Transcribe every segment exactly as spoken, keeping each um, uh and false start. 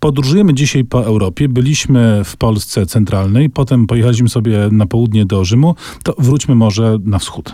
Podróżujemy dzisiaj po Europie. Byliśmy w Polsce centralnej, potem pojechaliśmy sobie na południe do Rzymu. To wróćmy może na wschód.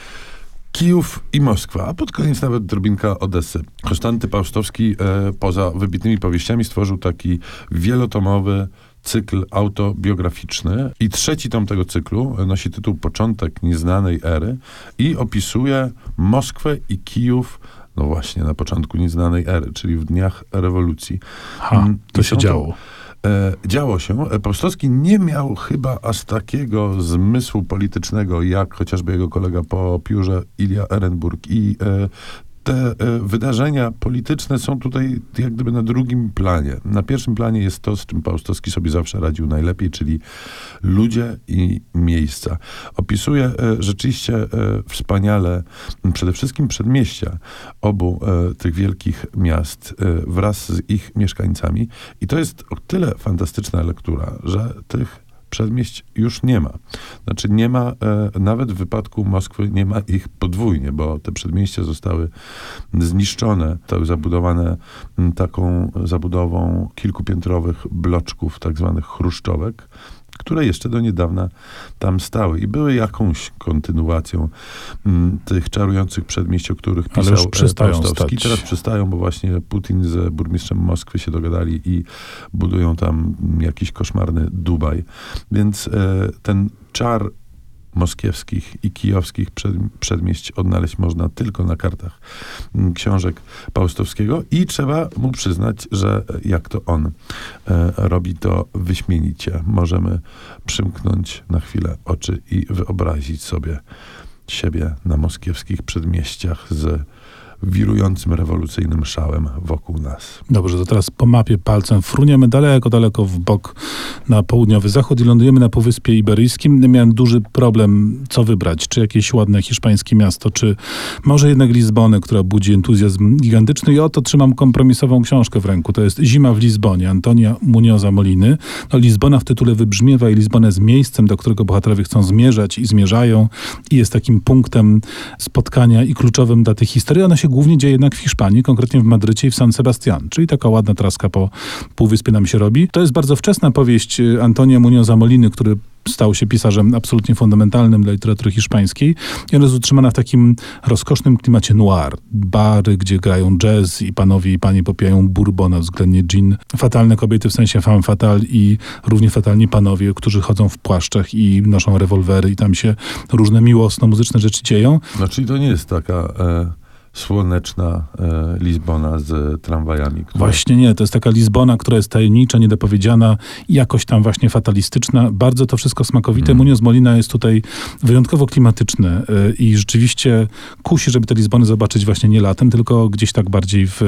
Kijów i Moskwa, a pod koniec nawet drobinka Odessy. Konstanty Paustowski e, poza wybitnymi powieściami stworzył taki wielotomowy cykl autobiograficzny i trzeci tom tego cyklu nosi tytuł Początek nieznanej ery i opisuje Moskwę i Kijów, no właśnie, na początku nieznanej ery, czyli w dniach rewolucji. Ha, to się działo. E, działo się. Paustowski nie miał chyba aż takiego zmysłu politycznego, jak chociażby jego kolega po piórze Ilia Ehrenburg. I e, te e, wydarzenia polityczne są tutaj jak gdyby na drugim planie. Na pierwszym planie jest to, z czym Paustowski sobie zawsze radził najlepiej, czyli ludzie i miejsca. Opisuje e, rzeczywiście e, wspaniale przede wszystkim przedmieścia obu e, tych wielkich miast e, wraz z ich mieszkańcami. I to jest o tyle fantastyczna lektura, że tych przedmieść już nie ma. Znaczy nie ma, e, nawet w wypadku Moskwy nie ma ich podwójnie, bo te przedmieścia zostały zniszczone, zostały zabudowane m, taką zabudową kilkupiętrowych bloczków, tak zwanych chruszczowek, które jeszcze do niedawna tam stały i były jakąś kontynuacją m, tych czarujących przedmieść, o których pisał Ale już przestają Paustowski. stać. Teraz przestają, bo właśnie Putin z burmistrzem Moskwy się dogadali i budują tam jakiś koszmarny Dubaj. Więc e, ten czar moskiewskich i kijowskich przed, przedmieść odnaleźć można tylko na kartach książek Paustowskiego i trzeba mu przyznać, że jak to on e, robi to wyśmienicie. Możemy przymknąć na chwilę oczy i wyobrazić sobie siebie na moskiewskich przedmieściach z wirującym rewolucyjnym szałem wokół nas. Dobrze, to teraz po mapie palcem fruniemy daleko, daleko w bok na południowy zachód i lądujemy na Półwyspie Iberyjskim. Miałem duży problem, co wybrać. Czy jakieś ładne hiszpańskie miasto, czy może jednak Lizbonę, która budzi entuzjazm gigantyczny. I oto trzymam kompromisową książkę w ręku. To jest Zima w Lizbonie, Antonia Muñoza Moliny. No, Lizbona w tytule wybrzmiewa i Lizbona jest miejscem, do którego bohaterowie chcą zmierzać i zmierzają i jest takim punktem spotkania i kluczowym dla tej historii. Ona się głównie dzieje jednak w Hiszpanii, konkretnie w Madrycie i w San Sebastian, czyli taka ładna traska po Półwyspie nam się robi. To jest bardzo wczesna powieść Antonia Muñoza Moliny, który stał się pisarzem absolutnie fundamentalnym dla literatury hiszpańskiej i ona jest utrzymana w takim rozkosznym klimacie noir. Bary, gdzie grają jazz i panowie i panie popijają bourbon, względnie gin. Fatalne kobiety w sensie femme fatale i równie fatalni panowie, którzy chodzą w płaszczach i noszą rewolwery i tam się różne miłosno-muzyczne rzeczy dzieją. No czyli to nie jest taka e, słoneczna e, Lizbona z tramwajami. Która... Właśnie nie, to jest taka Lizbona, która jest tajemnicza, niedopowiedziana, jakoś tam właśnie fatalistyczna. Bardzo to wszystko smakowite. Mm. Muñoz Molina jest tutaj wyjątkowo klimatyczny y, i rzeczywiście kusi, żeby te Lizbony zobaczyć właśnie nie latem, tylko gdzieś tak bardziej w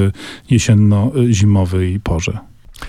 jesienno-zimowej porze.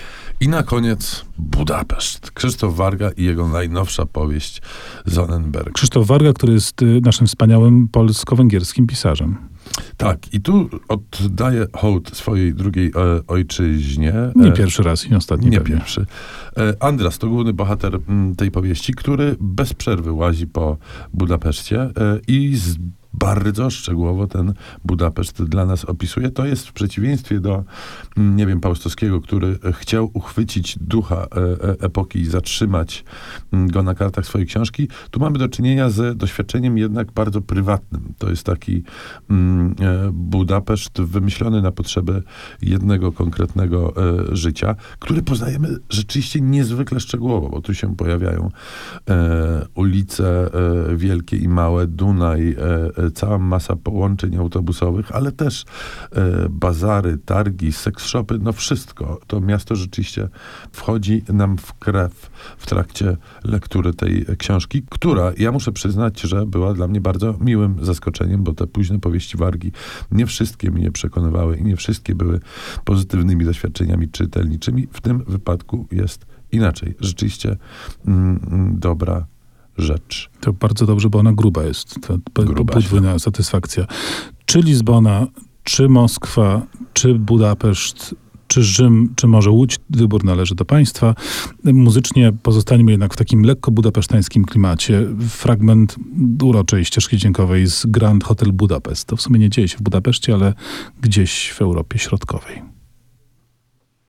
I na koniec Budapeszt. Krzysztof Warga i jego najnowsza powieść Sonnenberg. Krzysztof Warga, który jest y, naszym wspaniałym polsko-węgierskim pisarzem. Tak, i tu oddaję hołd swojej drugiej e, ojczyźnie. Nie pierwszy raz i nie ostatni. Nie pewnie. pierwszy. E, Andras to główny bohater m, tej powieści, który bez przerwy łazi po Budapeszcie e, i z bardzo szczegółowo ten Budapeszt dla nas opisuje. To jest w przeciwieństwie do, nie wiem, Paustowskiego, który chciał uchwycić ducha e, epoki i zatrzymać go na kartach swojej książki. Tu mamy do czynienia z doświadczeniem jednak bardzo prywatnym. To jest taki mm, Budapeszt wymyślony na potrzeby jednego konkretnego e, życia, który poznajemy rzeczywiście niezwykle szczegółowo, bo tu się pojawiają e, ulice e, wielkie i małe, Dunaj, e, cała masa połączeń autobusowych, ale też e, bazary, targi, seks shopy, no wszystko. To miasto rzeczywiście wchodzi nam w krew w trakcie lektury tej książki, która, ja muszę przyznać, że była dla mnie bardzo miłym zaskoczeniem, bo te późne powieści Wargi nie wszystkie mnie przekonywały i nie wszystkie były pozytywnymi doświadczeniami czytelniczymi. W tym wypadku jest inaczej. Rzeczywiście mm, dobra rzecz. To bardzo dobrze, bo ona gruba jest. To Gruba podwójna się. Satysfakcja. Czy Lizbona, czy Moskwa, czy Budapeszt, czy Rzym, czy może Łódź, wybór należy do państwa. Muzycznie pozostaniemy jednak w takim lekko budapesztańskim klimacie. Fragment uroczej ścieżki dźwiękowej z Grand Hotel Budapest. To w sumie nie dzieje się w Budapeszcie, ale gdzieś w Europie Środkowej.